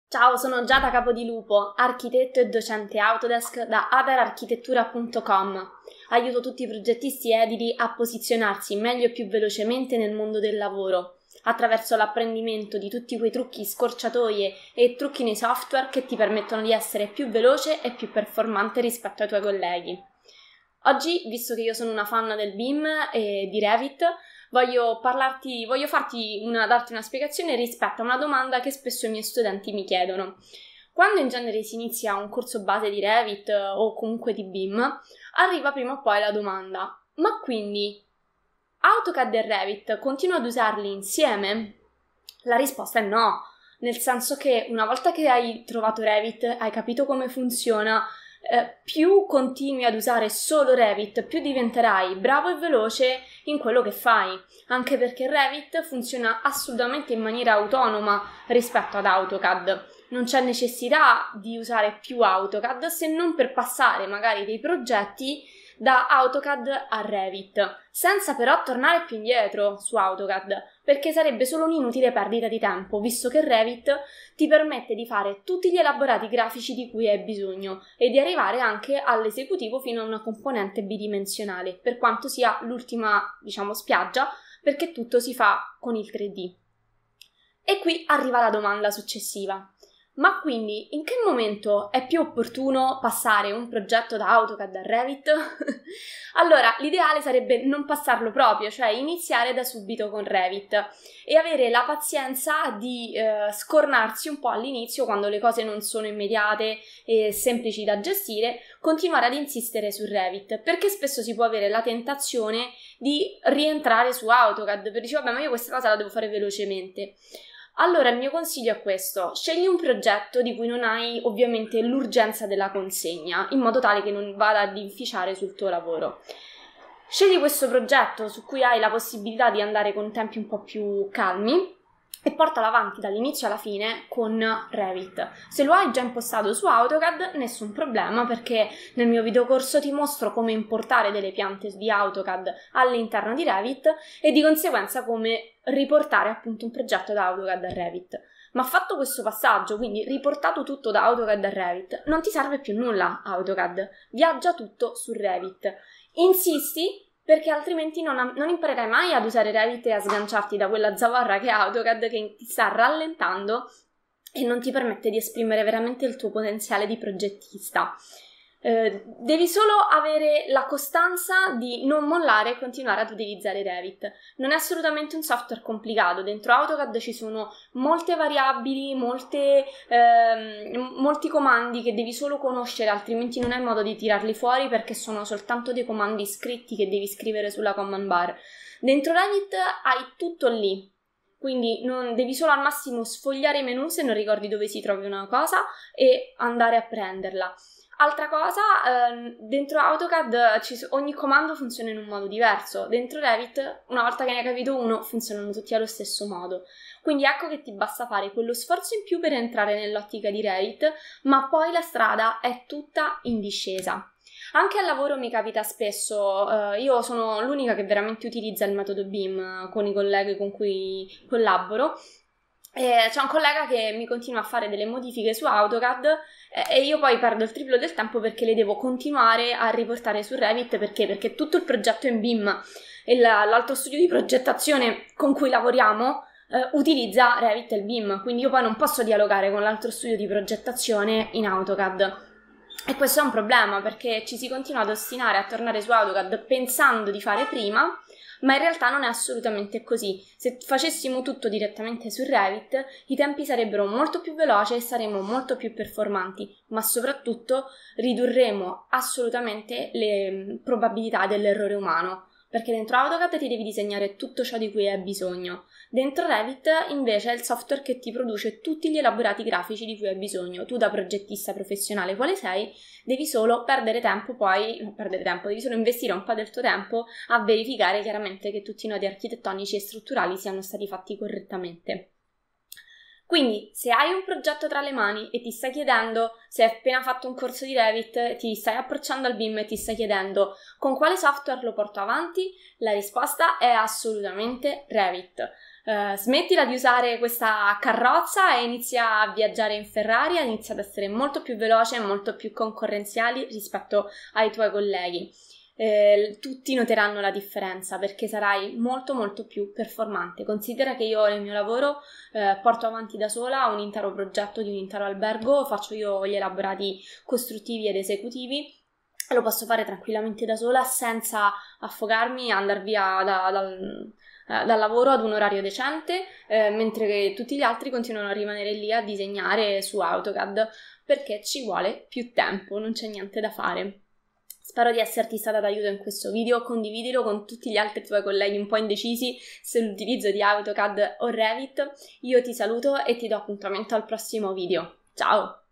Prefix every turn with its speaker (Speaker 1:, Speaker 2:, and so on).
Speaker 1: Ciao, sono Giada Capodilupo, architetto e docente Autodesk da adararchitettura.com. Aiuto tutti i progettisti edili a posizionarsi meglio e più velocemente nel mondo del lavoro, attraverso l'apprendimento di tutti quei trucchi, scorciatoie e trucchi nei software che ti permettono di essere più veloce e più performante rispetto ai tuoi colleghi. Oggi, visto che io sono una fan del BIM e di Revit, voglio darti una spiegazione rispetto a una domanda che spesso i miei studenti mi chiedono. Quando in genere si inizia un corso base di Revit o comunque di BIM, arriva prima o poi la domanda: ma quindi AutoCAD e Revit continuo ad usarli insieme? La risposta è no, nel senso che una volta che hai trovato Revit, hai capito come funziona, più continui ad usare solo Revit, più diventerai bravo e veloce in quello che fai, anche perché Revit funziona assolutamente in maniera autonoma rispetto ad AutoCAD. Non c'è necessità di usare più AutoCAD se non per passare magari dei progetti da AutoCAD a Revit, senza però tornare più indietro su AutoCAD, perché sarebbe solo un'inutile perdita di tempo, visto che Revit ti permette di fare tutti gli elaborati grafici di cui hai bisogno e di arrivare anche all'esecutivo fino a una componente bidimensionale, per quanto sia l'ultima, spiaggia, perché tutto si fa con il 3D. E qui arriva la domanda successiva. Ma quindi in che momento è più opportuno passare un progetto da AutoCAD a Revit? Allora, l'ideale sarebbe non passarlo proprio, cioè iniziare da subito con Revit e avere la pazienza di scornarsi un po' all'inizio quando le cose non sono immediate e semplici da gestire, continuare ad insistere su Revit, perché spesso si può avere la tentazione di rientrare su AutoCAD per dire vabbè, ma io questa cosa la devo fare velocemente. Allora il mio consiglio è questo: scegli un progetto di cui non hai ovviamente l'urgenza della consegna, in modo tale che non vada ad inficiare sul tuo lavoro. Scegli questo progetto su cui hai la possibilità di andare con tempi un po' più calmi e portalo avanti dall'inizio alla fine con Revit. Se lo hai già impostato su AutoCAD, nessun problema, perché nel mio videocorso ti mostro come importare delle piante di AutoCAD all'interno di Revit e di conseguenza come riportare appunto un progetto da AutoCAD a Revit. Ma fatto questo passaggio, quindi riportato tutto da AutoCAD a Revit, non ti serve più nulla AutoCAD, viaggia tutto su Revit. Insisti, perché altrimenti non imparerai mai ad usare Revit e a sganciarti da quella zavorra che è AutoCAD, che ti sta rallentando e non ti permette di esprimere veramente il tuo potenziale di progettista. Devi solo avere la costanza di non mollare e continuare ad utilizzare Revit. Non è assolutamente un software complicato. Dentro AutoCAD ci sono molte variabili, molti comandi che devi solo conoscere, altrimenti non hai modo di tirarli fuori, perché sono soltanto dei comandi scritti che devi scrivere sulla command bar. Dentro Revit hai tutto lì, quindi devi solo al massimo sfogliare i menu se non ricordi dove si trovi una cosa e andare a prenderla. Altra cosa, dentro AutoCAD ogni comando funziona in un modo diverso. Dentro Revit, una volta che ne hai capito uno, funzionano tutti allo stesso modo. Quindi ecco che ti basta fare quello sforzo in più per entrare nell'ottica di Revit, ma poi la strada è tutta in discesa. Anche al lavoro mi capita spesso, io sono l'unica che veramente utilizza il metodo BIM con i colleghi con cui collaboro. C'è un collega che mi continua a fare delle modifiche su AutoCAD e io poi perdo il triplo del tempo perché le devo continuare a riportare su Revit perché tutto il progetto è in BIM e l'altro studio di progettazione con cui lavoriamo utilizza Revit e il BIM, quindi io poi non posso dialogare con l'altro studio di progettazione in AutoCAD. E questo è un problema, perché ci si continua ad ostinare a tornare su AutoCAD pensando di fare prima, ma in realtà non è assolutamente così. Se facessimo tutto direttamente su Revit, i tempi sarebbero molto più veloci e saremmo molto più performanti, ma soprattutto ridurremo assolutamente le probabilità dell'errore umano, perché dentro AutoCAD ti devi disegnare tutto ciò di cui hai bisogno. Dentro Revit invece è il software che ti produce tutti gli elaborati grafici di cui hai bisogno. Tu da progettista professionale quale sei, devi solo devi solo investire un po' del tuo tempo a verificare chiaramente che tutti i nodi architettonici e strutturali siano stati fatti correttamente. Quindi, se hai un progetto tra le mani e ti stai chiedendo, se hai appena fatto un corso di Revit, ti stai approcciando al BIM e ti stai chiedendo con quale software lo porto avanti, la risposta è assolutamente Revit. Smettila di usare questa carrozza e inizia a viaggiare in Ferrari, inizia ad essere molto più veloce e molto più concorrenziali rispetto ai tuoi colleghi. Tutti noteranno la differenza perché sarai molto molto più performante. Considera che io nel mio lavoro porto avanti da sola un intero progetto di un intero albergo, faccio io gli elaborati costruttivi ed esecutivi. Lo posso fare tranquillamente da sola senza affogarmi e andare via dal lavoro ad un orario decente, mentre che tutti gli altri continuano a rimanere lì a disegnare su AutoCAD perché ci vuole più tempo, non c'è niente da fare. Spero di esserti stata d'aiuto in questo video, condividilo con tutti gli altri tuoi colleghi un po' indecisi sull'utilizzo di AutoCAD o Revit. Io ti saluto e ti do appuntamento al prossimo video. Ciao!